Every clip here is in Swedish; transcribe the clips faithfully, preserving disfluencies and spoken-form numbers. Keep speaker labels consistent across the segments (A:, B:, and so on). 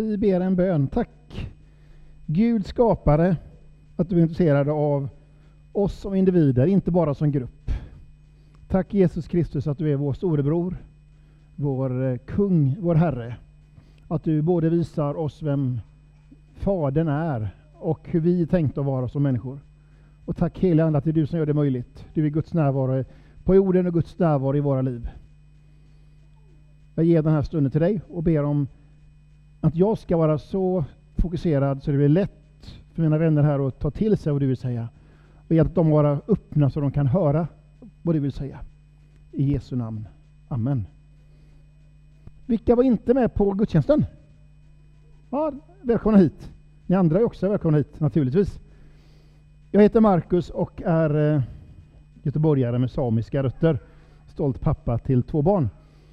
A: Vi ber en bön. Tack Gud skapare att du är intresserad av oss som individer, inte bara som grupp. Tack Jesus Kristus att du är vår storebror, vår kung, vår Herre. Att du både visar oss vem Fadern är och hur vi tänkt att vara som människor. Och tack hela Ande att det är du som gör det möjligt. Du är Guds närvaro på jorden och Guds närvaro i våra liv. Jag ger den här stunden till dig och ber om att jag ska vara så fokuserad så det blir lätt för mina vänner här att ta till sig vad du vill säga. Och hjälp dem vara öppna så de kan höra vad du vill säga. I Jesu namn. Amen. Vilka var inte med på gudstjänsten? Ja, välkomna hit. Ni andra är också välkomna hit, naturligtvis. Jag heter Marcus och är eh, göteborgare med samiska rötter. Stolt pappa till två barn.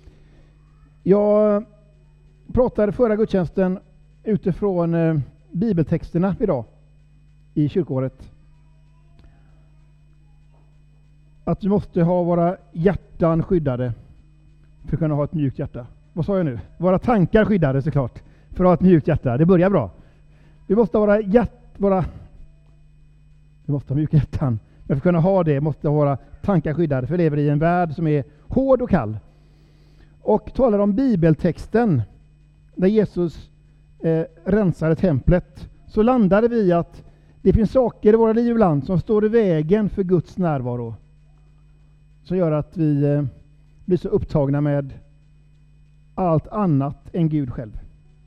A: Jag pratade förra gudstjänsten utifrån eh, bibeltexterna idag i kyrkåret. Att vi måste ha våra hjärtan skyddade för att kunna ha ett mjukt hjärta. Vad sa jag nu? Våra tankar skyddade såklart för att ha ett mjukt hjärta. Det börjar bra. Vi måste ha våra hjärt... Våra... Vi måste ha mjuka hjärtan. Men för att kunna ha det måste ha våra tankar skyddade. För vi lever i en värld som är hård och kall. Och talar om bibeltexten där Jesus eh, rensade templet. Så landade vi i att det finns saker i våra liv ibland som står i vägen för Guds närvaro. Som gör att vi eh, blir så upptagna med allt annat än Gud själv.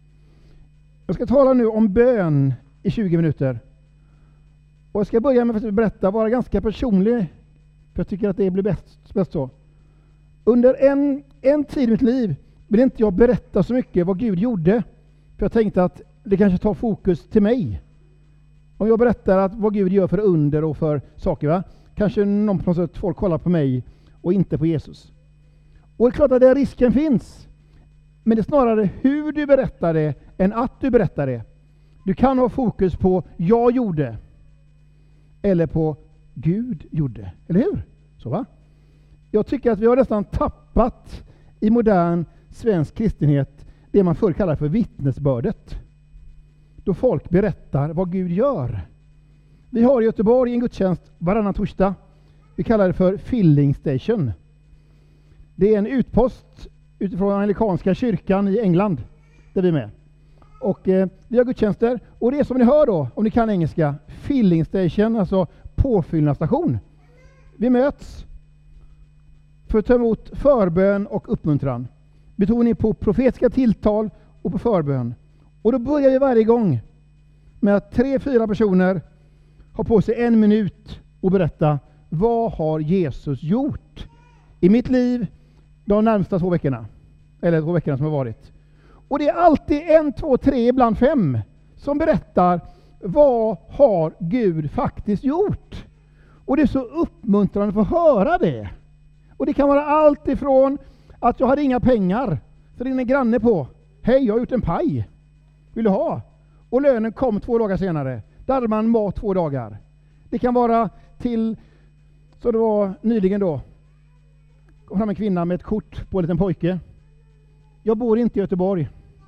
A: Jag ska tala nu om bön i tjugo minuter. Och jag ska börja med att berätta, vara ganska personlig. För jag tycker att det blir bäst, bäst så. Under en, en tid i mitt liv vill inte jag berätta så mycket vad Gud gjorde. För jag tänkte att det kanske tar fokus till mig. Om jag berättar att vad Gud gör för under och för saker, va? Kanske någon på något sätt folk kollar på mig och inte på Jesus. Och det är klart att den risken finns. Men det är snarare hur du berättar det än att du berättar det. Du kan ha fokus på jag gjorde. Eller på Gud gjorde. Eller hur? Så va? Jag tycker att vi har nästan tappat i modern svensk kristenhet det man förr kallar för vittnesbördet. Då folk berättar vad Gud gör. Vi har i Göteborg en gudstjänst varannan torsdag. Vi kallar det för Filling Station. Det är en utpost utifrån anglikanska kyrkan i England där vi är med. Och eh, vi har gudstjänster. Och det är som ni hör då, om ni kan engelska, Filling Station, alltså påfyllnadsstation. Vi möts för att ta emot förbön och uppmuntran. Betoning på profetiska tilltal och på förbön. Och då börjar vi varje gång med att tre, fyra personer har på sig en minut och berätta vad har Jesus gjort i mitt liv de närmsta två veckorna. Eller två veckorna som har varit. Och det är alltid en, två, tre, ibland fem som berättar vad har Gud faktiskt gjort. Och det är så uppmuntrande att få höra det. Och det kan vara allt ifrån att jag hade inga pengar. Så ringde en granne på. Hej, jag har gjort en paj. Vill du ha? Och lönen kom två dagar senare. Där hade man mat två dagar. Det kan vara till, så det var nyligen då, kom fram en kvinna med ett kort på en liten pojke. Jag bor inte i Göteborg.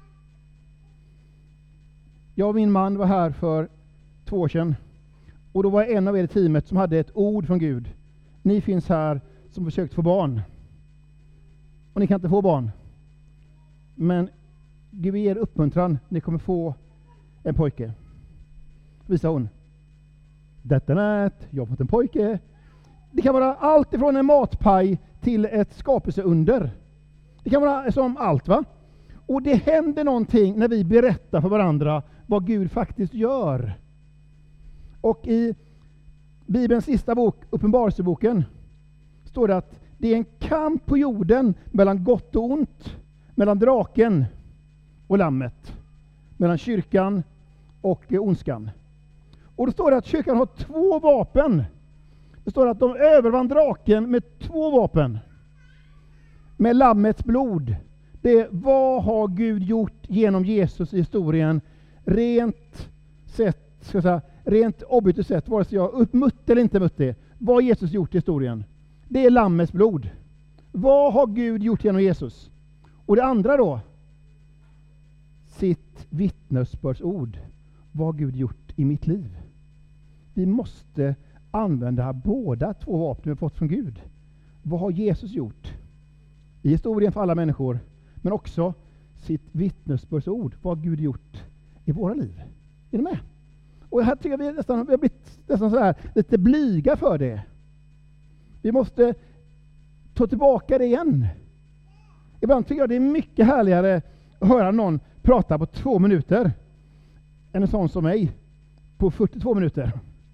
A: Jag och min man var här för två år sedan. Och då var jag en av er i teamet som hade ett ord från Gud. Ni finns här som försökt få barn. Och ni kan inte få barn. Men Gud ger uppmuntran. Ni kommer få en pojke. Visar hon. Detta nät. Jag har fått en pojke. Det kan vara allt ifrån en matpaj till ett skapelseunder. Det kan vara som allt, va? Och det händer någonting när vi berättar för varandra vad Gud faktiskt gör. Och i Bibelns sista bok, Uppenbarelseboken, står det att det är en kamp på jorden mellan gott och ont, mellan draken och lammet, mellan kyrkan och ondskan. Och då står det att kyrkan har två vapen. Det står att de övervann draken med två vapen. Med lammets blod. Det är, vad har Gud gjort genom Jesus i historien? Rent sett, ska jag säga, rent objektivt sett, vare sig jag mött eller inte mött det. Vad har Jesus gjort i historien? Det är lammets blod. Vad har Gud gjort genom Jesus? Och det andra då? Sitt vittnesbördsord. Vad har Gud gjort i mitt liv? Vi måste använda båda två vapen vi fått från Gud. Vad har Jesus gjort i historien för alla människor, men också sitt vittnesbördsord? Vad har Gud gjort i våra liv? Är ni med? Och här tycker jag vi, nästan, vi har blivit nästan så här, lite blyga för det. Vi måste ta tillbaka det igen. Ibland tycker jag det är mycket härligare att höra någon prata på två minuter än en sån som mig på fyrtiotvå minuter.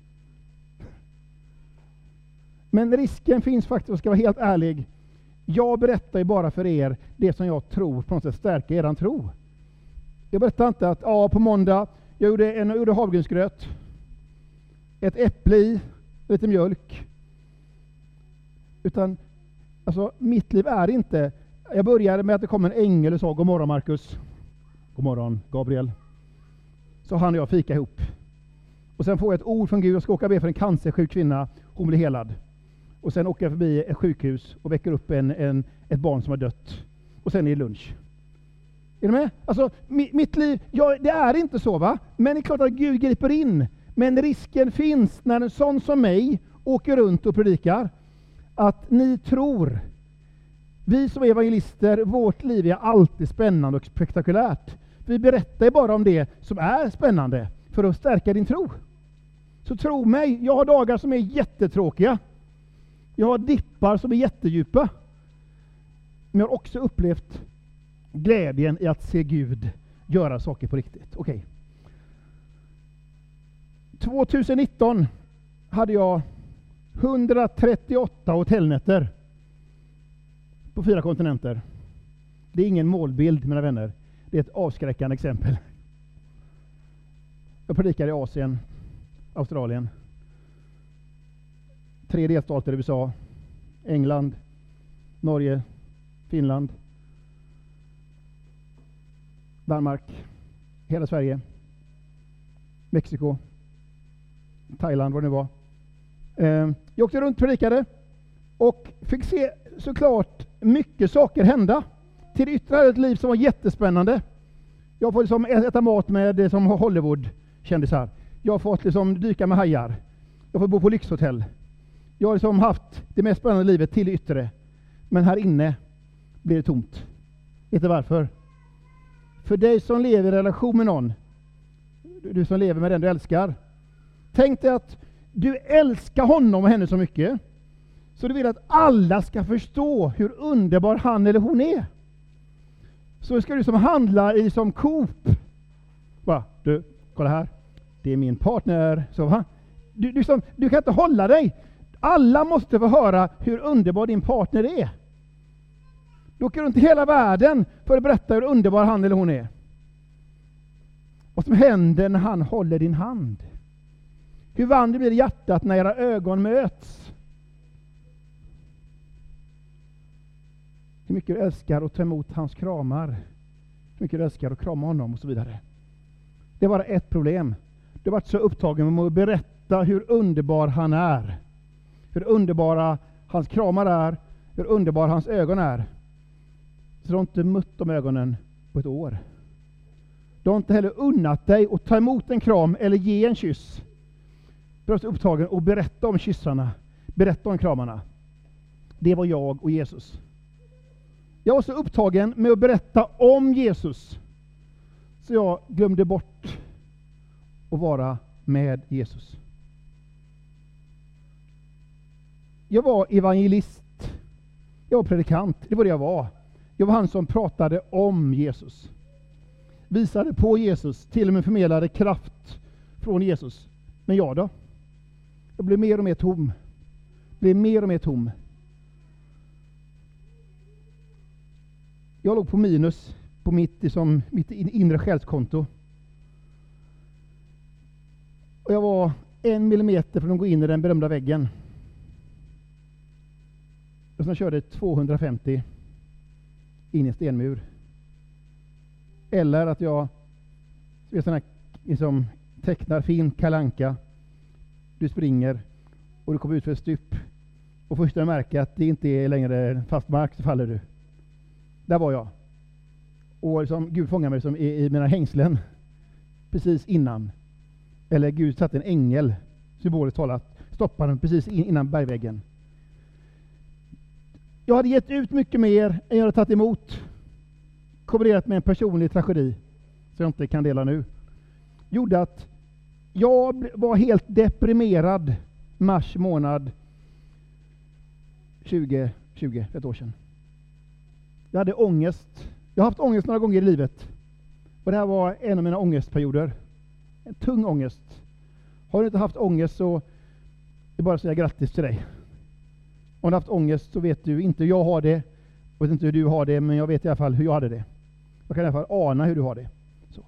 A: Men risken finns faktiskt, och ska vara helt ärlig, jag berättar ju bara för er det som jag tror på något sätt stärker eran tro. Jag berättar inte att ja, på måndag jag gjorde, en, jag gjorde havregrynsgröt, ett äpple i, lite mjölk. Utan alltså, mitt liv är inte, jag började med att det kom en ängel och sa god morgon Marcus, god morgon Gabriel. Så han och jag fika ihop. Och sen får jag ett ord från Gud, jag ska åka och be för en cancersjuk kvinna, hon blir helad. Och sen åker jag förbi ett sjukhus och väcker upp en, en, ett barn som har dött. Och sen är det lunch. Är du med? Alltså, mi, mitt liv, ja, det är inte så va? Men det är klart att Gud griper in. Men risken finns när en sån som mig åker runt och predikar att ni tror, vi som är evangelister, vårt liv är alltid spännande och spektakulärt. Vi berättar bara om det som är spännande för att stärka din tro. Så tro mig, jag har dagar som är jättetråkiga. Jag har dippar som är jättedjupa. Men jag har också upplevt glädjen i att se Gud göra saker på riktigt. Okej. tjugonitton hade jag hundratrettioåtta hotellnätter på fyra kontinenter. Det är ingen målbild, mina vänner. Det är ett avskräckande exempel. Jag predikar i Asien, Australien, tre delstater i U S A, England, Norge, Finland, Danmark, hela Sverige, Mexiko, Thailand, vad det nu var. Eh, jag åkte runt och predikade och fick se såklart mycket saker hända. Till det yttre ett liv som var jättespännande. Jag får liksom äta mat med det som Hollywood-kändisar. Jag har fått liksom dyka med hajar. Jag får bo på lyxhotell. Jag har liksom haft det mest spännande livet till det yttre. Men här inne blir det tomt. Vet du varför? För dig som lever i relation med någon, du som lever med den du älskar, tänk dig att du älskar honom och henne så mycket så du vill att alla ska förstå hur underbar han eller hon är. Så ska du som handla i som Coop. Va? Du, kolla här. Det är min partner. Så, va? Du, du, som, du kan inte hålla dig. Alla måste få höra hur underbar din partner är. Du åker runt i hela världen för att berätta hur underbar han eller hon är. Vad som händer när han håller din hand. Hur varmt det blir i hjärtat när era ögon möts. Hur mycket du älskar att ta emot hans kramar. Hur mycket du älskar att krama honom och så vidare. Det var ett problem. Du har varit så upptagen med att berätta hur underbar han är. Hur underbara hans kramar är. Hur underbar hans ögon är. Så du har inte mött de ögonen på ett år. Du har inte heller unnat dig att ta emot en kram eller ge en kyss. Du har varit upptagen och berätta om kyssarna. Berätta om kramarna. Det var jag och Jesus. Jag var så upptagen med att berätta om Jesus. Så jag glömde bort att vara med Jesus. Jag var evangelist. Jag var predikant. Det var det jag var. Jag var han som pratade om Jesus. Visade på Jesus. Till och med förmedlade kraft från Jesus. Men jag då? Jag blev mer och mer tom. Blev mer och mer tom. Jag låg på minus på mitt, liksom, mitt inre själskonto. Och jag var en millimeter från att gå in i den berömda väggen. Och sen körde tvåhundrafemtio in i en stenmur. Eller att jag, jag sån här, liksom, tecknar fin Kalle Anka. Du springer och du kommer ut för ett stup. Och först när du märker att det inte är längre fast mark så faller du. Där var jag. Och liksom, Gud fångade mig som i, i mina hängslen precis innan. Eller Gud satte en ängel, symboliskt talat, stoppade den precis in, innan bergväggen. Jag hade gett ut mycket mer än jag hade tagit emot. Kombinerat med en personlig tragedi, som jag inte kan dela nu. Gjorde att jag var helt deprimerad mars månad tjugo tjugo, ett år sedan. Jag hade ångest. Jag har haft ångest några gånger i livet. Och det här var en av mina ångestperioder. En tung ångest. Har du inte haft ångest så är det bara att säga grattis till dig. Om du har haft ångest så vet du inte hur jag har det. Jag vet inte hur du har det, men jag vet i alla fall hur jag hade det. Jag kan i alla fall ana hur du har det. Så.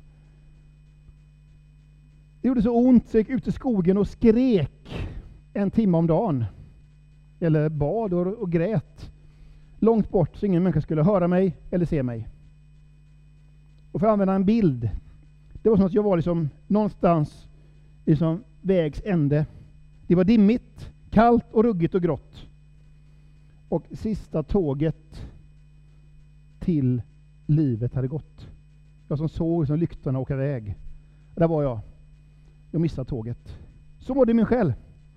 A: Det gjorde så ont så jag gick ut i skogen och skrek en timme om dagen. Eller bad och, och grät. Långt bort så ingen människa skulle höra mig eller se mig. Och för att använda en bild. Det var som att jag var liksom någonstans liksom vägs ände. Det var dimmigt, kallt och ruggigt och grått. Och sista tåget till livet hade gått. Jag som såg som lyktorna åka iväg. Där var jag. Jag missade tåget. Så var det min själ.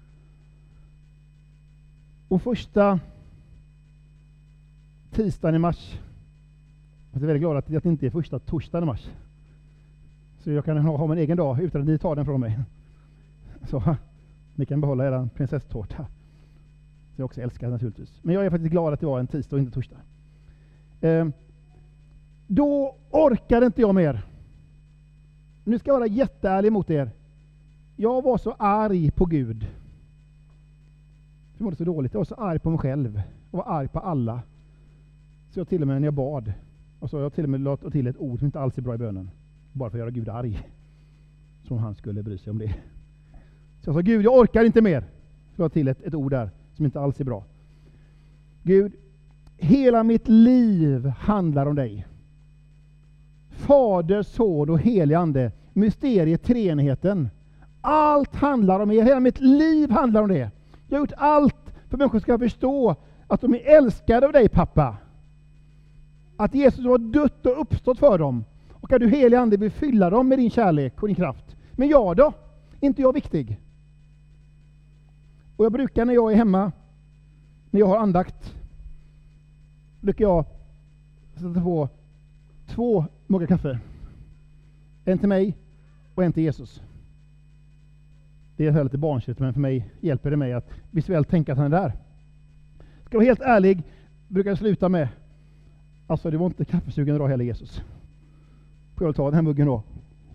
A: Och första tisdagen i mars. Jag är väldigt glad att det inte är första torsdagen i mars. Så jag kan ha, ha min egen dag utan att ni tar den från mig. Så ni kan behålla er prinsesstårta. Så jag också älskar naturligtvis. Men jag är faktiskt glad att det var en tisdag och inte torsdag. Eh, då orkade inte jag mer. Nu ska jag vara jätteärlig mot er. Jag var så arg på Gud. Jag mådde så dåligt. Jag var så arg på mig själv. Jag var arg på alla. Så jag till och med när jag bad. Och så jag till och med lade till ett ord som inte alls är bra i bönen. Bara för att göra Gud arg. Som han skulle bry sig om det. Så jag sa, Gud, jag orkar inte mer. Så jag till ett, ett ord där som inte alls är bra. Gud, hela mitt liv handlar om dig. Fader, son och helig ande. Mysteriet, treenigheten. Allt handlar om er. Hela mitt liv handlar om det. Jag har gjort allt för att människor ska förstå att de är älskade av dig, pappa. Att Jesus har dött och uppstått för dem. Och att du, helig ande, vill fylla dem med din kärlek och din kraft. Men jag då? Inte jag viktig? Och jag brukar när jag är hemma, när jag har andakt, brukar jag sätta på två muggar kaffe. En till mig och en till Jesus. Det är lite barnsligt, men för mig hjälper det mig att visuellt tänka att han är där. Ska jag vara helt ärlig, brukar jag sluta med, alltså det var inte kaffesugen idag heller, Jesus. Får jag ta den här muggen då.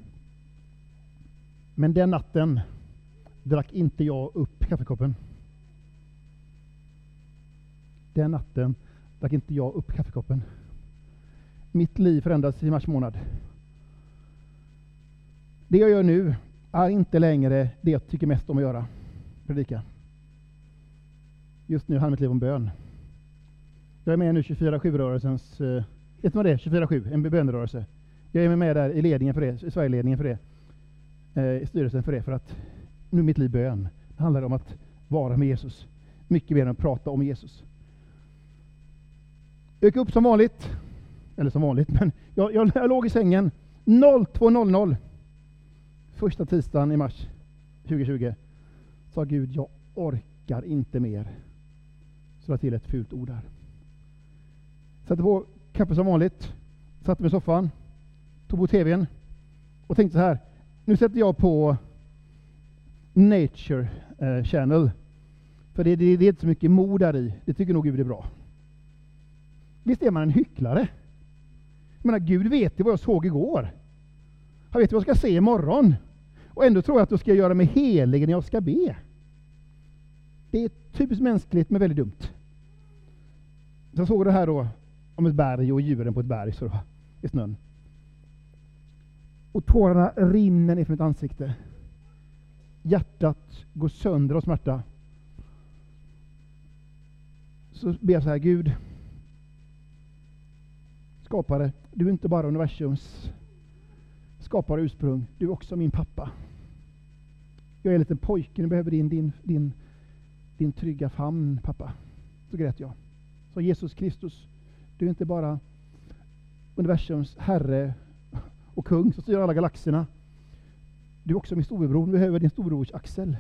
A: Men den natten drack inte jag upp kaffekoppen. Den natten drack inte jag upp kaffekoppen. Mitt liv förändras i mars månad. Det jag gör nu är inte längre det jag tycker mest om att göra. Predika. Just nu handlar mitt liv om bön. Jag är med nu tjugofyra sju-rörelsens, eh, vet du vad det är? tjugofyra sju, en bönrörelse. Jag är med där i ledningen för det, i Sverigeledningen för det. Eh, I styrelsen för det, för att nu är mitt liv bön. Det handlar om att vara med Jesus. Mycket mer än att prata om Jesus. Jag gick upp som vanligt. Eller som vanligt, men jag, jag, jag låg i sängen två noll noll. Första tisdagen i mars tjugo tjugo. Sa Gud, jag orkar inte mer. Så jag till ett fult ord där. Satte på kaffe som vanligt. Satte mig i soffan. Tog på tvn. Och tänkte så här. Nu sätter jag på Nature eh, Channel. För det, det, det är inte så mycket mod där i. Det tycker nog Gud är bra. Visst är man en hycklare? Jag menar, Gud vet ju vad jag såg igår. Han vet vad jag ska se imorgon. Och ändå tror jag att jag ska göra mig helig när jag ska be. Det är typiskt mänskligt men väldigt dumt. Så jag såg det här då om ett berg och djuren på ett berg så då, i snön. Och tårarna rinner ner från mitt ansikte. Hjärtat går sönder av smärta. Så ber jag så här, Gud, skapare, du är inte bara universums skapare ursprung, du är också min pappa. Jag är en liten pojke, nu behöver din, din, din, din trygga famn, pappa. Så grät jag. Så Jesus Kristus, du är inte bara universums herre och kung som styr alla galaxerna. Du är också min storebror, du behöver din storebrors axel.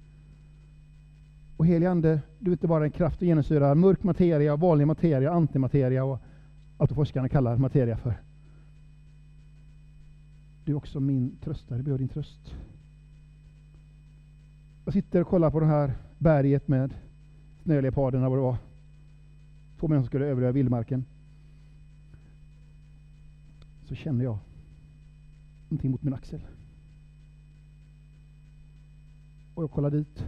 A: Och helige ande, du är inte bara en kraft att genomsyra mörk materia, vanlig materia, antimateria och allt vad forskarna kallar materia för. Du är också min tröstare, du behöver din tröst. Jag sitter och kollar på det här berget med snöleoparderna, vad det var. Två människor som skulle överleva vildmarken. Så känner jag någonting mot min axel. Och jag kollar dit.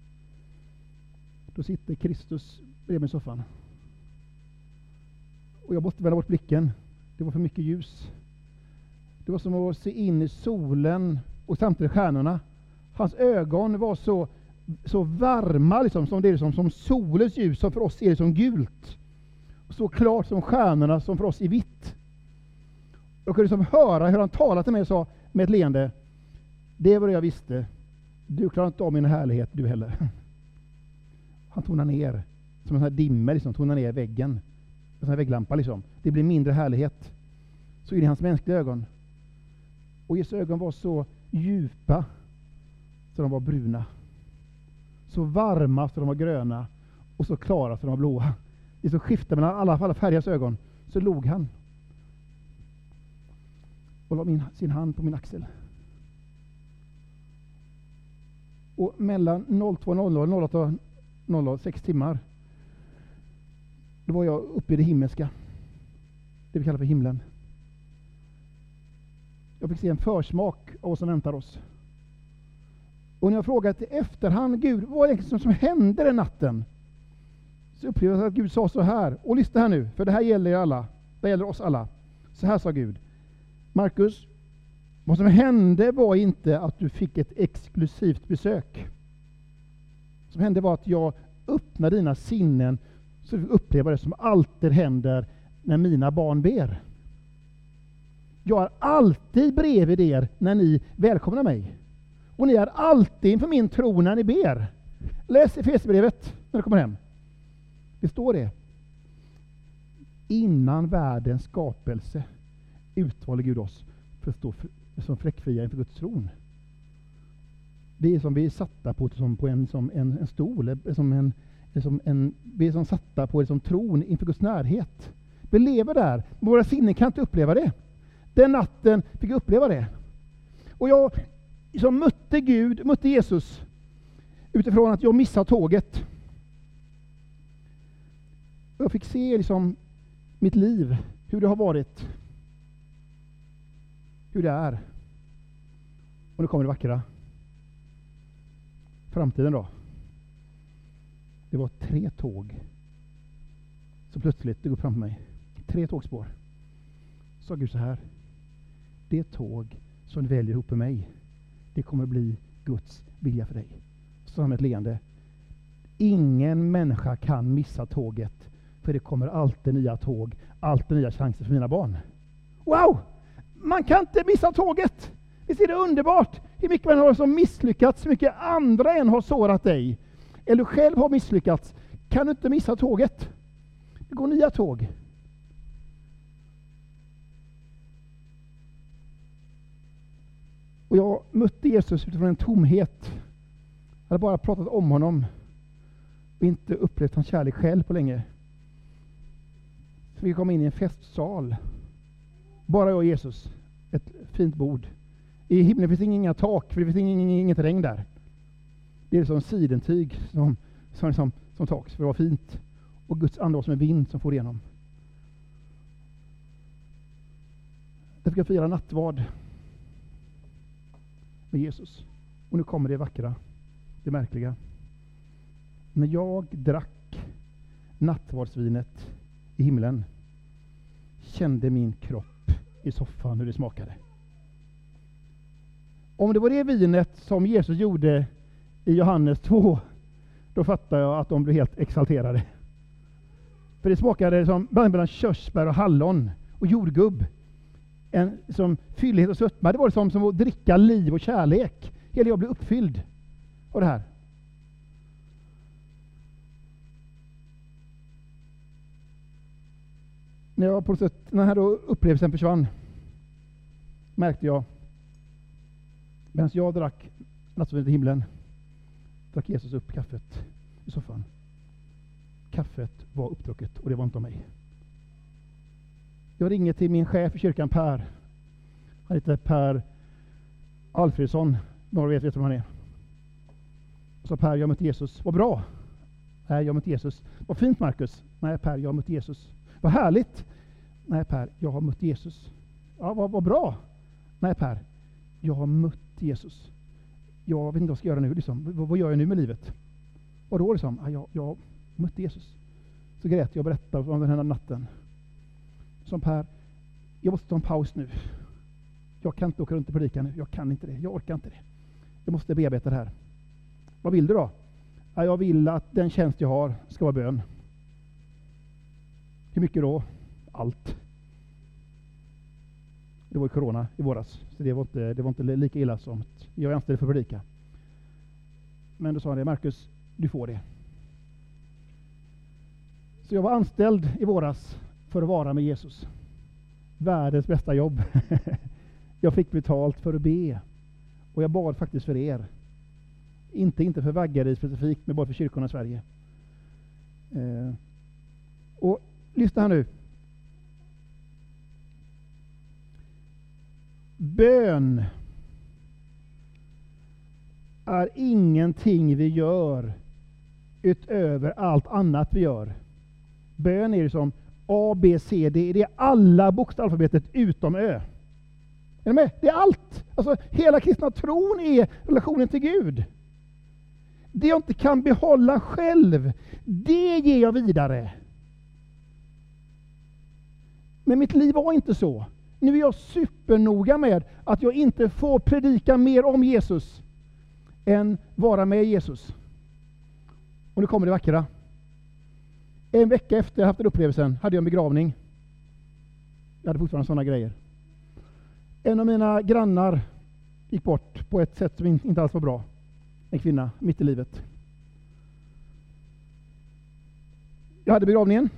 A: Då sitter Kristus bredvid mig i soffan. Och jag måste vända bort blicken. Det var för mycket ljus. Det var som att se in i solen och samtidigt stjärnorna. Hans ögon var så, så varma, liksom, som, det är som, som solens ljus, som för oss är det som gult. Och så klart som stjärnorna, som för oss är vitt. Jag kunde liksom höra hur han talade till mig och sa med ett leende: det var det jag visste. Du klarar inte av min härlighet, du heller. Han tonar ner, som en sån här dimmer, liksom, tonar ner väggen. En sån här vägglampa, liksom. Det blir mindre härlighet. Så är det hans mänskliga ögon. Och Jesu ögon var så djupa så de var bruna. Så varma så de var gröna. Och så klara så de var blåa. Det så skiftade mellan alla, alla färgers ögon. Så log han. Och la min, sin hand på min axel. Och mellan två noll noll och åtta noll noll, sex timmar, då var jag uppe i det himmelska. Det vi kallar för himlen. Jag fick se en försmak av vad som väntar oss. Och när jag frågade i efterhand, Gud, vad är det som, som hände den natten? Så upplevde jag att Gud sa så här. Och lyssna här nu, för det här gäller er alla. Det gäller oss alla. Så här sa Gud: Markus, vad som hände var inte att du fick ett exklusivt besök. Vad som hände var att jag öppnade dina sinnen så du fick uppleva det som alltid händer när mina barn ber. Jag är alltid bredvid er när ni välkomnar mig. Och ni är alltid inför min tro när ni ber. Läs Efesierbrevet när du kommer hem. Det står det. Innan världens skapelse utvalde Gud oss för att stå som fläckfria inför Guds tron. Det är som vi är satta på, som på en, som en, en stol. Som en, som en, vi är som satta på som tron inför Guds närhet. Vi lever där. Våra sinnen kan inte uppleva det. Den natten fick jag uppleva det. Och jag som mötte Gud, mötte Jesus utifrån att jag missade tåget. Och jag fick se liksom mitt liv, hur det har varit. Hur det är. Och nu kommer det vackra. Framtiden då. Det var tre tåg så plötsligt det går framför mig. Tre tågspår. Så sa Gud så här: det tåg som du väljer ihop med mig, det kommer bli Guds vilja för dig. Så med ett leende: ingen människa kan missa tåget, för det kommer alltid nya tåg, alltid nya chanser för mina barn. Wow! Man kan inte missa tåget! Visst är det underbart hur mycket man har som misslyckats, hur mycket andra än har sårat dig. Eller du själv har misslyckats. Kan du inte missa tåget? Det går nya tåg. Och jag mötte Jesus utifrån en tomhet. Jag hade bara pratat om honom och inte upplevt hans kärlek själv på länge. Så vi kom in i en festsal. Bara jag och Jesus. Ett fint bord. I himlen finns inga tak, för det finns ingen, inget regn där. Det är som sidentyg som, som, som, som tak, för det var fint. Och Guds ande var som en vind som får igenom. Där fick jag fira nattvard med Jesus. Och nu kommer det vackra, det märkliga. När jag drack nattvardsvinet i himlen kände min kropp i soffan hur det smakade. Om det var det vinet som Jesus gjorde i Johannes två, då fattar jag att de blev helt exalterade. För det smakade som bland mellan körsbär och hallon och jordgubb. En som fyllighet och sötma. Det var som, som att dricka liv och kärlek. Hela jag blev uppfylld av det här. när jag på något sätt, när den här då upplevelsen försvann, märkte jag, medan jag drack nattvarden i himlen, drack Jesus upp kaffet i soffan. Kaffet var uppdrucket och det var inte av mig. Jag ringer till min chef i kyrkan, Per. Han heter Per Alfredsson. Några vet, vet vem han är. Och så Per, jag mötte Jesus. Vad bra. Nej, jag mötte Jesus. Vad fint, Marcus. Nej, Per, jag mötte Jesus. Vad härligt. Nej, Per, jag har mött Jesus. Ja, vad, vad bra. Nej, Per, jag har mött Jesus. Jag vet inte vad jag ska göra nu. Liksom. Vad, vad gör jag nu med livet? Och då liksom, ja, jag, jag mötte Jesus. Så grät jag och berättade om den här natten. Som Per, jag måste ta en paus nu. Jag kan inte åka runt och predika nu. Jag kan inte det. Jag orkar inte det. Jag måste bearbeta det här. Vad vill du då? Ja, jag vill att den tjänst jag har ska vara bön. Hur mycket då? Allt. Det var ju corona i våras. Så det var inte, det var inte lika illa som att jag är anställd för att predika. Men då sa han det, Marcus, du får det. Så jag var anställd i våras för att vara med Jesus. Världens bästa jobb. Jag fick betalt för att be. Och jag bad faktiskt för er. Inte, inte för Vaggaryd specifikt, men bara för kyrkorna i Sverige. Eh. Och lyssna här nu. Bön är ingenting vi gör utöver allt annat vi gör. Bön är det som A, B, C, D. Det är alla bokstavsalfabetet utom Ö. Är ni med? Det är allt. Alltså hela kristna tron är relationen till Gud. Det jag inte kan behålla själv, det ger jag vidare. Men mitt liv var inte så. Nu är jag supernoga med att jag inte får predika mer om Jesus än vara med Jesus. Och nu kommer det vackra. En vecka efter jag haft den upplevelsen hade jag en begravning. Jag hade fortfarande sådana grejer. En av mina grannar gick bort på ett sätt som inte alls var bra. En kvinna, mitt i livet. Jag hade begravningen.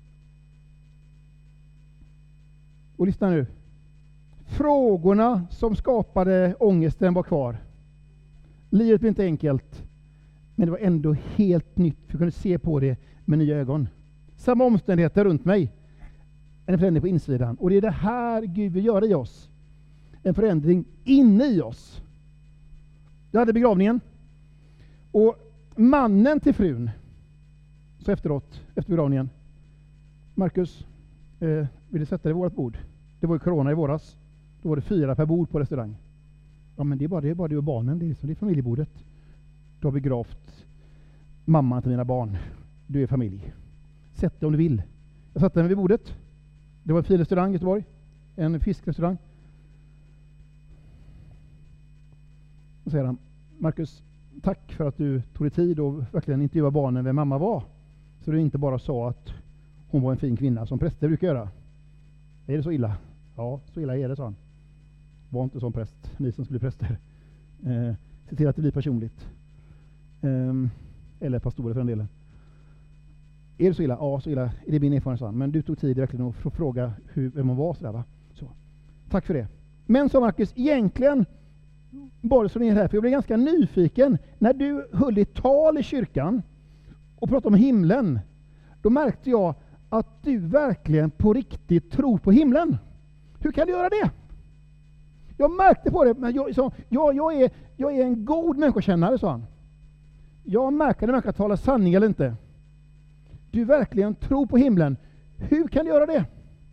A: Och lyssna nu. Frågorna som skapade ångesten var kvar. Livet blev inte enkelt. Men det var ändå helt nytt. För jag kunde se på det med nya ögon. Samma omständigheter runt mig. En förändring på insidan. Och det är det här Gud vill göra i oss. En förändring inne i oss. Jag hade begravningen. Och mannen till frun. Så efteråt, efter begravningen. Marcus, eh, vill du sätta dig vid vårt bord? Det var ju corona i våras. Då var det fyra per bord på restaurang. Ja, men det är bara, det är bara du och barnen. Det är, liksom, det är familjebordet. Du har begravt mamman till mina barn. Du är familj. Sätt dig om du vill. Jag satte mig vid bordet. Det var en fin restaurang i Göteborg. En fiskrestaurang. Och säger han, Marcus, tack för att du tog dig tid och verkligen intervjuade barnen vem mamma var. Så du inte bara sa att hon var en fin kvinna som präster brukar göra. Är det så illa? Ja, så illa är det, sa han. Var inte som präst, ni som skulle bli präster. Eh, se till att det blir personligt. Eh, eller pastorer för den delen. Är det så illa? Ja, så illa. Är det min erfarenhet, sa han. Men du tog tid verkligen att fråga hur, vem man var. Sådär, va? Så. Tack för det. Men så Marcus, egentligen bara så ni är här, för jag blev ganska nyfiken. När du höll ditt tal i kyrkan och pratade om himlen, då märkte jag att du verkligen på riktigt tror på himlen. Hur kan du göra det? Jag märkte på det, men jag, så, jag, jag, är, jag är en god människokännare, sa han. Jag märker när människor talar sanning eller inte. Du verkligen tror på himlen. Hur kan du göra det?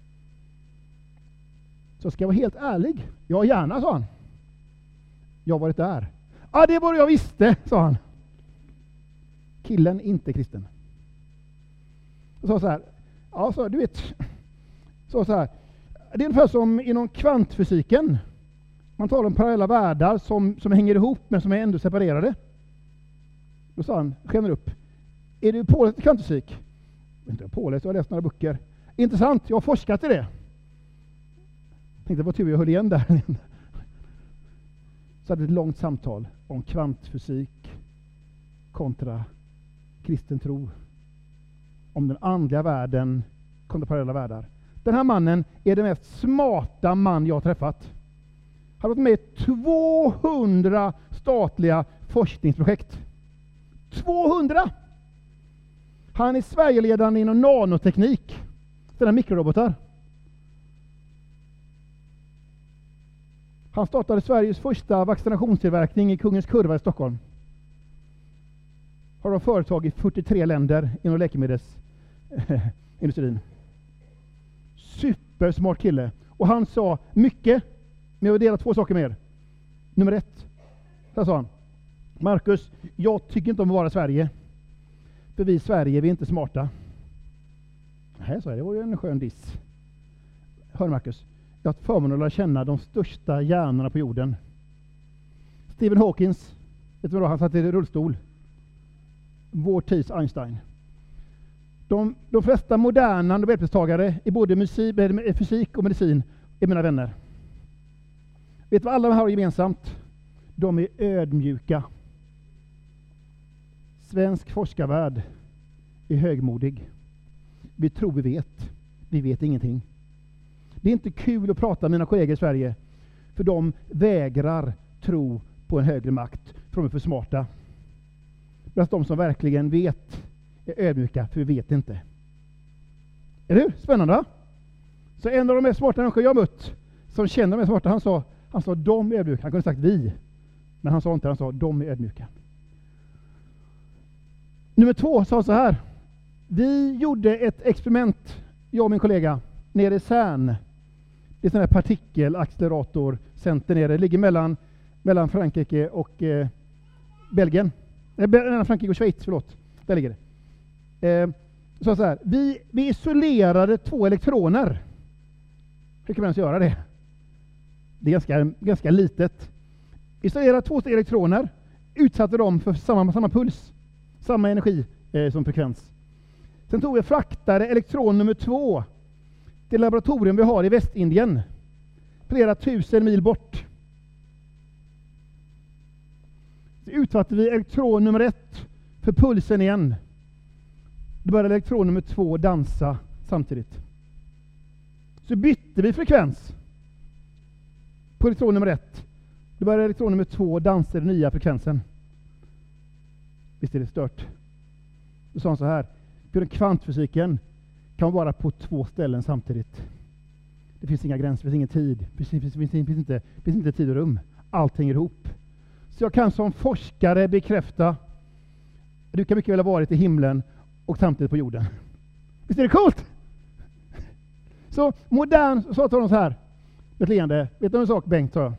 A: Så ska jag vara helt ärlig. Ja, gärna, sa han. Jag har varit där. Ja, ah, det var det jag visste, sa han. Killen inte kristen. Och sa så här. Ja, så du vet. Så så här. Det är ungefär som inom kvantfysiken. Man talar om parallella världar som, som hänger ihop men som är ändå separerade. Då sa han, skämmer upp. Är du påläst i kvantfysik? Inte jag påläst, jag har läst några böcker. Intressant, jag har forskat i det. Tänkte, vad tur jag höll igen där. Så hade vi ett långt samtal om kvantfysik kontra kristen tro. Om den andliga världen kontra parallella världar. Den här mannen är den mest smarta man jag har träffat. Han har varit med i tvåhundra statliga forskningsprojekt. tvåhundra! Han är Sverigeledande inom nanoteknik. Sådana mikrorobotar. Han startade Sveriges första vaccinationstillverkning i Kungens Kurva i Stockholm. Har de företag i fyrtiotre länder inom läkemedelsindustrin. Supersmart kille. Och han sa mycket, men jag vill dela två saker med er. Nummer ett. Så sa han: Marcus, jag tycker inte om att vara i Sverige. För vi i Sverige, vi är inte smarta. Nej, så är det. Det var ju en skön diss. Hör Marcus, jag har haft förmånen att lära känna de största hjärnorna på jorden. Stephen Hawkins, vet du vad, han satt i rullstol. Vår tids Einstein. De, de flesta moderna nobelpristagare i både musik, fysik och medicin är mina vänner. Vet du vad alla de här har gemensamt? De är ödmjuka. Svensk forskarvärld är högmodig. Vi tror vi vet. Vi vet ingenting. Det är inte kul att prata med mina kollegor i Sverige, för de vägrar tro på en högre makt, för de är för smarta. Medan de som verkligen vet är ödmjuka, för vi vet inte. Eller hur? Spännande, va? Så en av de mest smarta människor jag mött, som känner mig smarta, han sa, han sa de är ödmjuka. Han kunde sagt vi, men han sa inte, han sa de är ödmjuka. Nummer två sa så här: vi gjorde ett experiment, jag och min kollega, nere i CERN. Det är sån här partikelacceleratorcenter nere. Det ligger mellan, mellan Frankrike och eh, Belgien. Nej, mellan Frankrike och Schweiz, förlåt. Där ligger det. Eh, så så här, vi, vi isolerade två elektroner. Hur kan man ens göra det? Det är ganska, ganska litet. Isolerade två elektroner, utsatte dem för samma, samma puls, samma energi eh, som frekvens. Sen tog vi fraktade elektron nummer två till laboratorium vi har i Västindien, flera tusen mil bort. Så utsatte vi elektron nummer ett för pulsen igen. Då började elektron nummer två dansa samtidigt. Så bytte vi frekvens på elektron nummer ett. Då började elektron nummer två dansa den nya frekvensen. Visst är det stört? Då sa han så här: för kvantfysiken kan vara på två ställen samtidigt. Det finns inga gränser, det finns ingen tid. Det finns, finns, finns, finns, inte, finns inte tid och rum. Allt hänger ihop. Så jag kan som forskare bekräfta: du kan mycket väl ha varit i himlen och samtidigt på jorden. Visst är det coolt? Så modern, så tar de så här, ett leende. Vet du en sak, Bengt, sa jag?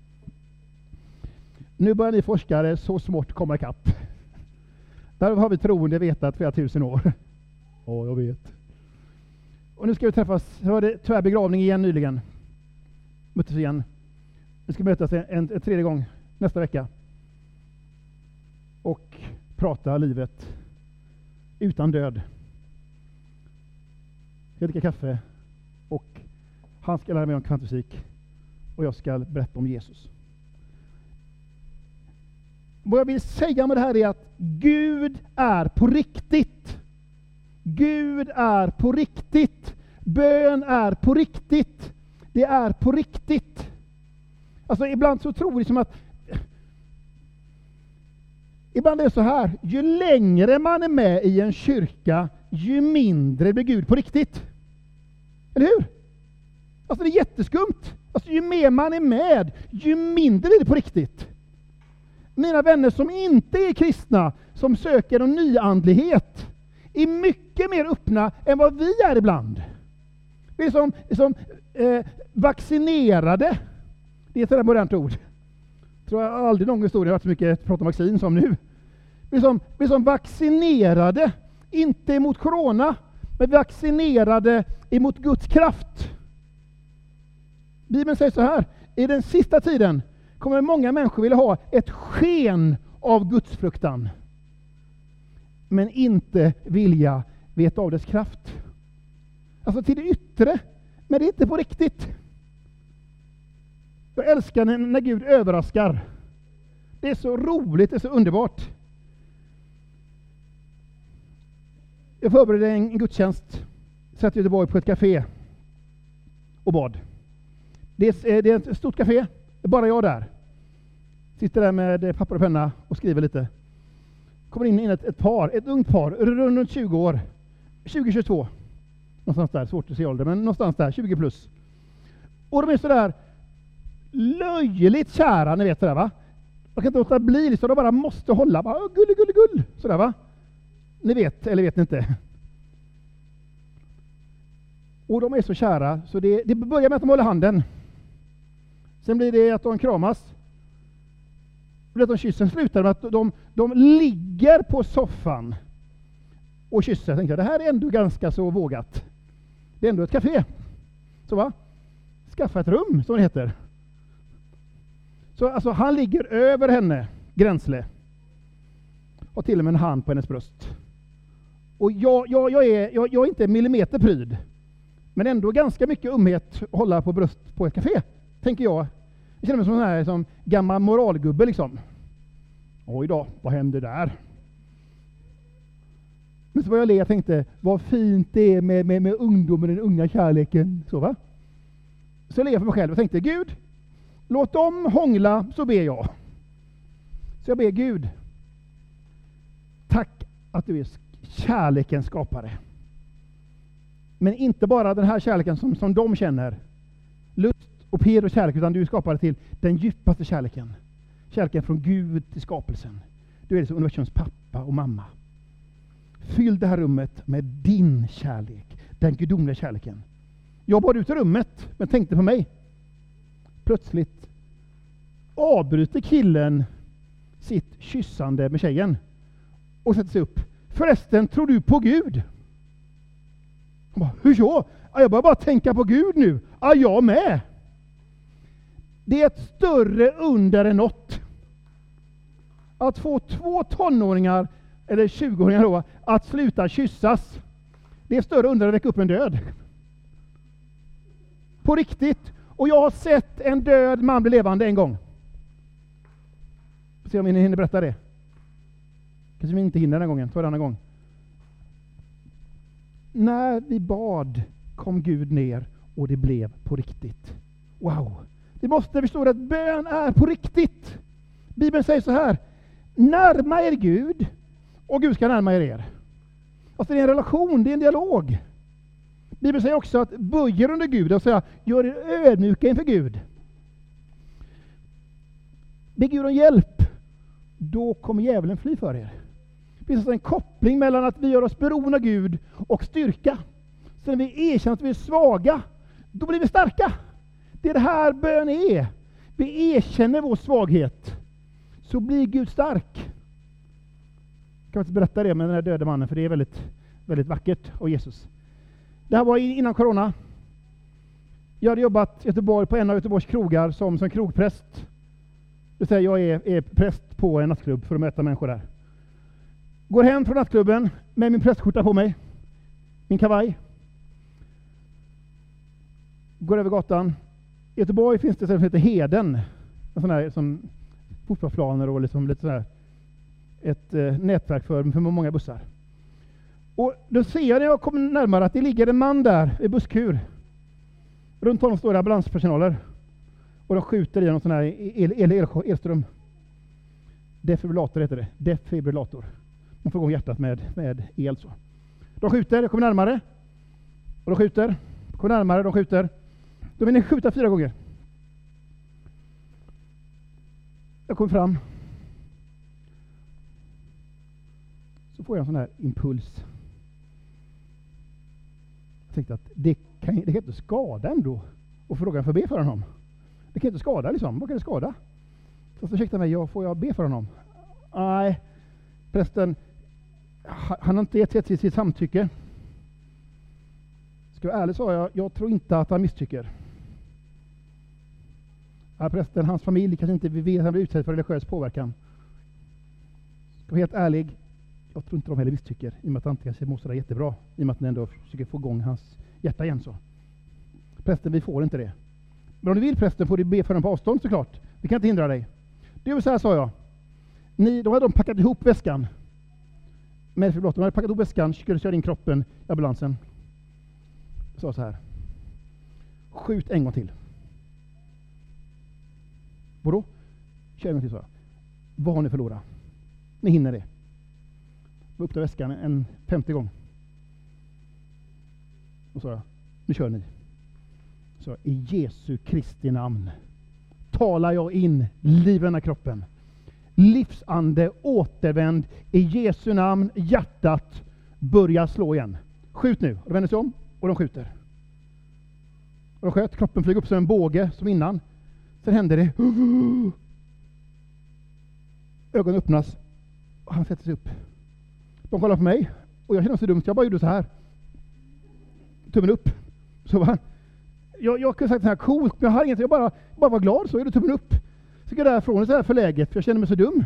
A: Nu börjar ni forskare så smått komma ikapp. Där har vi troende vetat flera tusen år. Ja, jag vet. Och nu ska vi träffas. Jag hörde tyvärr begravning igen nyligen. Möttes igen. Vi ska mötas en, en, en tredje gång nästa vecka. Och prata livet utan död. Jag ska dricka kaffe. Och han ska lära mig om kvantfysik. Och jag ska berätta om Jesus. Vad jag vill säga med det här är att Gud är på riktigt. Gud är på riktigt. Bön är på riktigt. Det är på riktigt. Alltså ibland så tror vi som att ibland är det så här: ju längre man är med i en kyrka, ju mindre blir Gud på riktigt. Eller hur? Alltså det är jätteskumt. Alltså ju mer man är med, ju mindre blir det på riktigt. Mina vänner som inte är kristna, som söker en nyandlighet, är mycket mer öppna än vad vi är ibland. Vi är som, som eh, vaccinerade. Det är ett sådant modernt ord. Jag tror jag aldrig någon historia har varit så mycket prat om vaccin som nu. Vi är som, vi är som vaccinerade, inte emot corona, men vaccinerade emot Guds kraft. Bibeln säger så här: i den sista tiden kommer många människor vilja ha ett sken av Guds fruktan, men inte vilja veta av dess kraft. Alltså till det yttre, men det är inte på riktigt. Jag älskar när, när Gud överraskar. Det är så roligt, det är så underbart. Jag förberedde en gudstjänst, satt i Göteborg på ett café. och bad. Det är, det är ett stort café, bara jag där. Sitter där med papper och penna och skriver lite. Kommer in ett, ett par, ett ungt par, runt tjugo år. tjugo tjugotvå. Någonstans där, svårt att se ålder, men någonstans där, tjugo plus. Och de är sådär löjligt kära, ni vet sådär va? De kan inte låta bli, så de bara måste hålla. Bara, gull, gull, gull. Sådär va? Ni vet, eller vet ni inte. Och de är så kära, så det, det börjar med att de håller handen. Sen blir det att de kramas. Och att de kysser. Slutar med att de, de ligger på soffan och kysser. Jag tänkte, det här är ändå ganska så vågat. Det är ändå ett café. Så va? Skaffa ett rum, som det heter. Så alltså, han ligger över henne, gränsle. Och till och med en hand på hennes bröst. Och jag, jag, jag, är, jag, jag är inte millimeter pryd. Men ändå ganska mycket umhet att hålla på bröst på ett café, tänker jag. Jag känner mig som en här som gammal moralgubbe liksom. Oj då, vad hände där? Men så var jag le, jag tänkte, vad fint det är med, med, med ungdomen, den unga kärleken. Så va? Så jag le för mig själv och tänkte, Gud, låt dem hångla, så ber jag. Så jag ber Gud, tack att du är kärlekens skapare. Men inte bara den här kärleken som, som de känner. Lust och pir och kärlek, utan du är skapare till den djupaste kärleken. Kärleken från Gud till skapelsen. Du är liksom universums pappa och mamma. Fyll det här rummet med din kärlek. Den gudomliga kärleken. Jag bad ut i rummet, men tänkte på mig. Plötsligt avbryter killen sitt kyssande med tjejen. Och sätter sig upp. Förresten, tror du på Gud? Han bara, hur så? Jag börjar bara tänka på Gud nu. Ja, jag med. Det är ett större under än något. Att få två tonåringar, eller tjugoåringar då, att sluta kyssas. Det är större under att väcka upp en död. På riktigt. Och jag har sett en död man bli levande en gång. Se om ni hinner berätta det. Kanske vi inte hinner den gången, ta det en annan gång. När vi bad kom Gud ner och det blev på riktigt. Wow! Vi måste förstå att bön är på riktigt. Bibeln säger så här: närma er Gud och Gud ska närma er er. Alltså det är en relation, det är en dialog. Bibeln säger också att böjer under Gud och säger gör er ödmjuka inför Gud. Be Gud om hjälp, då kommer djävulen fly för er. Det finns alltså en koppling mellan att vi gör oss beroende av Gud och styrka. Så när vi erkänner att vi är svaga, då blir vi starka. Det är det här bön är. Vi erkänner vår svaghet, så blir Gud stark. Jag kan inte berätta det med den här döda mannen, för det är väldigt, väldigt vackert av Jesus. Det här var innan corona. Jag hade jobbat i Göteborg på en av Göteborgs krogar som, som krogpräst. Det vill säga jag är, är präst på en nattklubb för att möta människor där. Går hem från nattklubben med min prästskjorta på mig. Min kavaj. Går över gatan. I Göteborg finns det ett ställe som heter Heden. En sån här som fotbollsplaner och liksom lite sådär ett eh, nätverk för, för många bussar. Och då ser jag när jag kommer närmare att det ligger en man där i busskur. Runt honom står det ambulanspersonaler. Och de skjuter i någon sån här el, el, el, elström. Defibrillator heter det. Defibrillator. Man får igång hjärtat med, med el så. De skjuter, de kommer närmare. Och de skjuter. De kommer närmare, de skjuter. De vill skjuta fyra gånger. Jag kommer fram. Så får jag en sån här impuls. Jag tänkte att det kan, det kan inte skada ändå. Och frågan får be för honom. Det kan inte skada liksom. Vad kan det skada? Så ursäkta mig, jag, får jag be för honom? Nej, prästen, han har inte gett sitt, sitt samtycke. Ska jag vara ärlig, sa jag, jag tror inte att han misstycker. Ja, prästen, hans familj kanske inte vet att han blir utsatt för religiös påverkan. Ska jag vara helt ärlig, jag tror inte de heller misstycker. I och med att han inte kanske mår sådär jättebra. I och med att ni ändå försöker få igång hans hjärta igen så. Prästen, vi får inte det. Men om du vill prästen får du be för den på avstånd såklart. Vi kan inte hindra dig. Det är så här, sa jag. Ni, då hade de packat ihop väskan. Med förlåt, de hade packat ihop väskan, skulle köra in kroppen i ambulansen. Jag sa så här. Skjut en gång till. Vadå? Kör en gång till, så. Vad har ni förlorat? Ni hinner det. Upp till väskan en femtio gång. Och så, nu kör ni. Så i Jesu Kristi namn talar jag in liven i kroppen. Livsande återvänd i Jesu namn. Hjärtat börjar slå igen. Skjut nu. Och de vänder sig om och de skjuter. Och de sköt. Kroppen flyger upp som en båge som innan. Sen händer det. Ögonen öppnas. Och han sätter sig upp. De kollar på mig. Och jag känner mig så dumt. Jag bara gjorde så här. Tummen upp. Så var han. Jag, jag kunde sagt så här coolt, men jag har inget. Jag bara, bara var glad, så är det tummen upp. Så gick jag därifrån så här för läget, för jag kände mig så dum.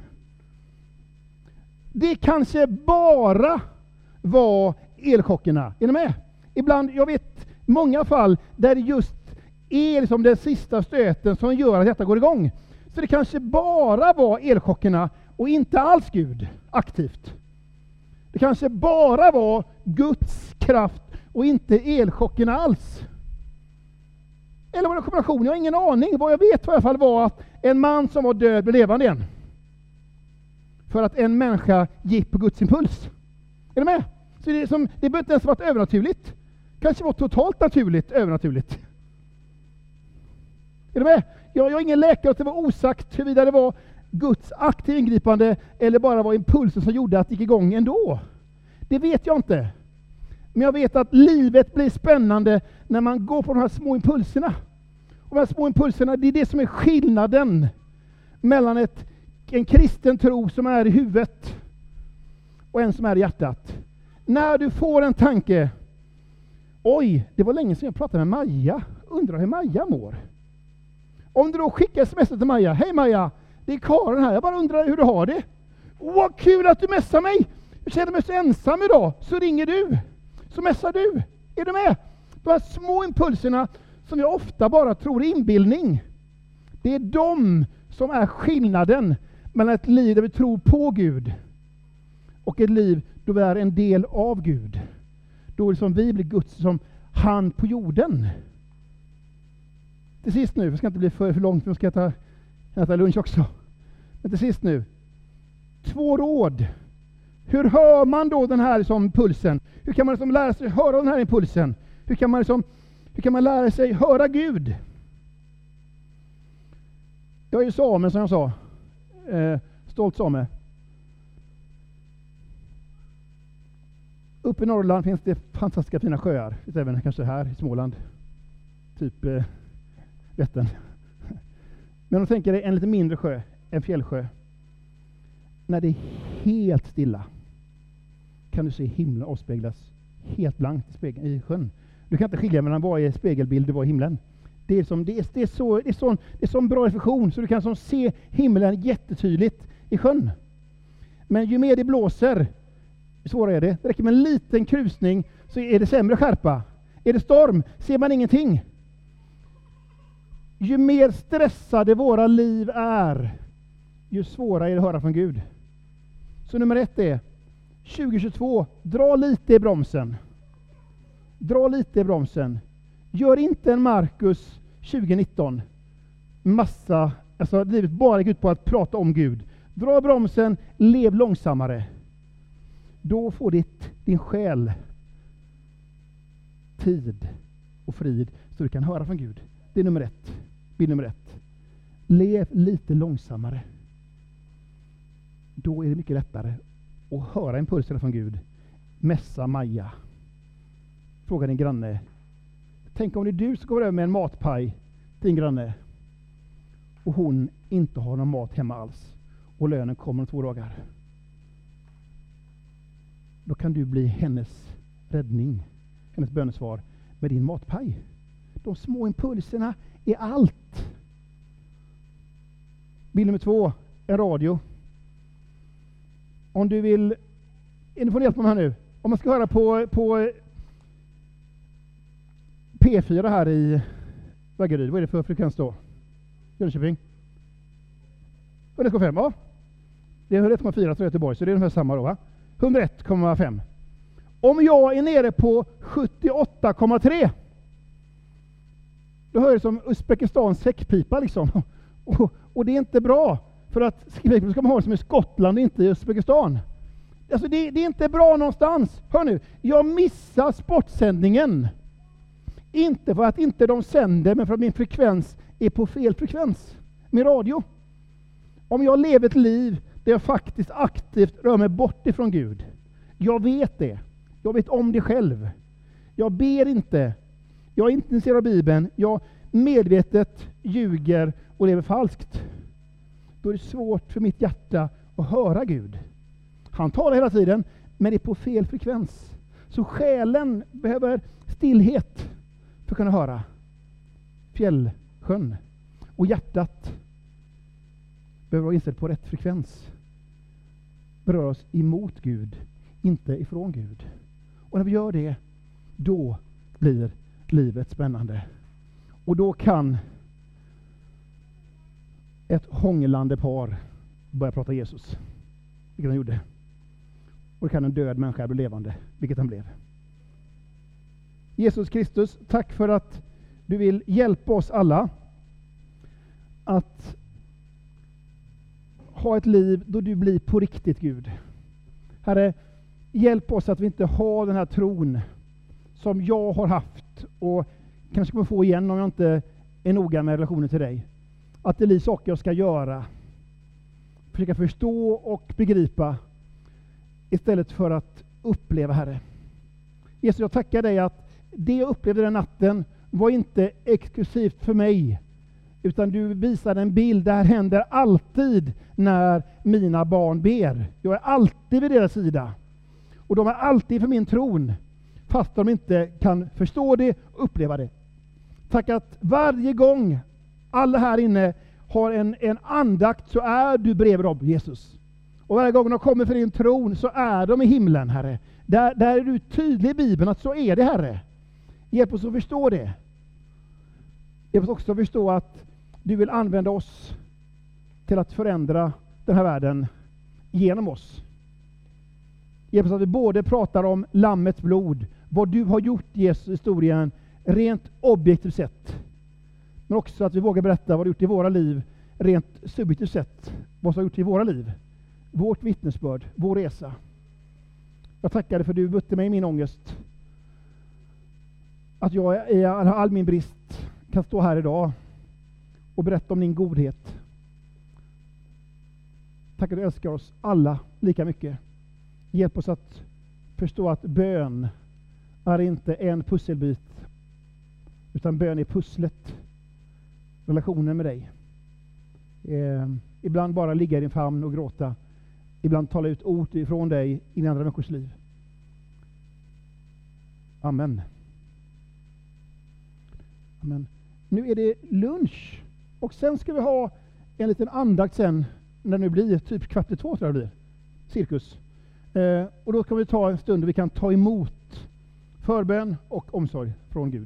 A: Det kanske bara var elchockerna. Är ni med? Ibland, jag vet många fall där det just är liksom den sista stöten som gör att detta går igång. Så det kanske bara var elchockerna och inte alls Gud aktivt. Det kanske bara var Guds kraft och inte elchockerna alls. Eller var det en kombination? Jag har ingen aning. Vad jag vet i alla fall var att en man som var död blev levande igen. För att en människa gick på Guds impuls. Är du med? Så det, är som, det behöver inte ens varit övernaturligt. Kanske var totalt naturligt övernaturligt. Är du med? Jag, jag är ingen läkare, att det var osagt huruvida det var Guds aktiva ingripande eller bara var impulsen som gjorde att det gick igång ändå. Det vet jag inte. Men jag vet att livet blir spännande när man går på de här små impulserna. Och de här små impulserna, det är det som är skillnaden mellan ett, en kristen tro som är i huvudet och en som är i hjärtat. När du får en tanke, oj, det var länge sedan jag pratade med Maja, undrar hur Maja mår. Om du då skickar sms till Maja, hej Maja, det är Karin här, jag bara undrar hur du har det. Åh, vad kul att du messar mig, jag känner mig så ensam idag, så ringer du. Så mässar du. Är du med? De här små impulserna som jag ofta bara tror är inbildning. Det är de som är skillnaden mellan ett liv där vi tror på Gud och ett liv då vi är en del av Gud. Då är det som vi blir Guds som hand på jorden. Till sist nu, jag ska inte bli för, för långt, för jag ska äta, äta lunch också. Men till sist nu. Två råd. Hur hör man då den här liksom pulsen? Hur kan man liksom lära sig höra den här impulsen? Hur kan man liksom, hur kan man lära sig höra Gud? Jag är ju same, som jag sa. Eh, stolt same. Uppe i Norrland finns det fantastiska fina sjöar. Det finns även kanske här i Småland. Typ eh, Vättern. Men om du tänker dig en lite mindre sjö, en fjällsjö. När det är helt stilla kan du se himlen avspeglas helt blankt i, spegel, i sjön. Du kan inte skilja mellan vad är spegelbild och vad är himlen. Det är som det är, det är så det är sån det är sån bra reflektion så du kan som se himlen jättetydligt i sjön. Men ju mer det blåser, svårare är det. Det räcker med en liten krusning så är det sämre skärpa. Är det storm ser man ingenting. Ju mer stressade våra liv är, ju svårare är det att höra från Gud. Så nummer ett är tjugo tjugotvå, dra lite i bromsen. Dra lite i bromsen. Gör inte en Markus tjugo nitton. Massa, alltså livet bara gick ut på att prata om Gud. Dra bromsen, lev långsammare. Då får ditt, din själ tid och frid så du kan höra från Gud. Det är nummer ett. Bild nummer ett. Lev lite långsammare. Då är det mycket lättare att höra impulserna från Gud. Mässa Maja. Fråga din granne. Tänk om det är du som går över med en matpaj till din granne och hon inte har någon mat hemma alls och lönen kommer om två dagar. Då kan du bli hennes räddning, hennes bönesvar med din matpaj. De små impulserna är allt. Bild nummer två, en radio. Om du vill, nu får ni hjälpa mig här nu. Om man ska höra på, på P fyra här i Vaggeryd, vad är det för frekvens då? Jönköping? hundra ett komma fem, ja. Det är hundra ett komma fyra till Göteborg, så det är ungefär samma då, va? hundra ett komma fem. Om jag är nere på sjuttioåtta komma tre, då hör det som Uzbekistans säckpipa liksom. Och, och det är inte bra, för att säckpipa ska man ha det som i Skottland, inte i Uzbekistan. Alltså det, det är inte bra någonstans. Hör nu, jag missar sportsändningen. Inte för att inte de sänder, men för att min frekvens är på fel frekvens. Min radio. Om jag lever ett liv där jag faktiskt aktivt rör mig bort ifrån Gud. Jag vet det. Jag vet om det själv. Jag ber inte. Jag är inte intresserad av Bibeln. Jag medvetet ljuger och lever falskt. Då är det svårt för mitt hjärta att höra Gud. Han talar hela tiden, men det är på fel frekvens. Så själen behöver stillhet för att kunna höra fjällsjön. Och hjärtat behöver vara inställt på rätt frekvens. Berör oss emot Gud, inte ifrån Gud. Och när vi gör det, då blir livet spännande. Och då kan ett hånglande par börja prata Jesus, vilket han gjorde. Och då kan en död människa bli levande, vilket han blev. Jesus Kristus, tack för att du vill hjälpa oss alla att ha ett liv då du blir på riktigt Gud. Herre, hjälp oss att vi inte har den här tron som jag har haft och kanske kommer få igen om jag inte är noga med relationen till dig. Att det blir saker jag ska göra. Försöka förstå och begripa istället för att uppleva, Herre. Jesus, jag tackar dig att det jag upplevde den natten var inte exklusivt för mig, utan du visade en bild. Det här händer alltid när mina barn ber. Jag är alltid vid deras sida. Och de är alltid för min tron, fast de inte kan förstå det och uppleva det. Tack att varje gång alla här inne har en, en andakt, så är du bredvid dem, Jesus. Och varje gång de kommer för din tron, så är de i himlen, Herre. Där, där är du tydlig i Bibeln att så är det, Herre. Hjälp oss att förstå det. Hjälp oss också att förstå att du vill använda oss till att förändra den här världen genom oss. Hjälp oss att vi både pratar om lammets blod, vad du har gjort, Jesus, i historien, rent objektivt sett. Men också att vi vågar berätta vad du har gjort i våra liv, rent subjektivt sett. Vad du har gjort i våra liv. Vårt vittnesbörd, vår resa. Jag tackar dig för att du mötte mig i min ångest. Att jag i all min brist kan stå här idag och berätta om din godhet. Tack att du älskar oss alla lika mycket. Hjälp oss att förstå att bön är inte en pusselbit, utan bön är pusslet. Relationen med dig. Eh, ibland bara ligga i din famn och gråta. Ibland tala ut ord ifrån dig i andra människors liv. Amen. Amen. Nu är det lunch. Och sen ska vi ha en liten andakt sen, när det nu blir typ kvart i två, tror jag det blir. Cirkus. Eh, och då kan vi ta en stund och vi kan ta emot förbön och omsorg från Gud.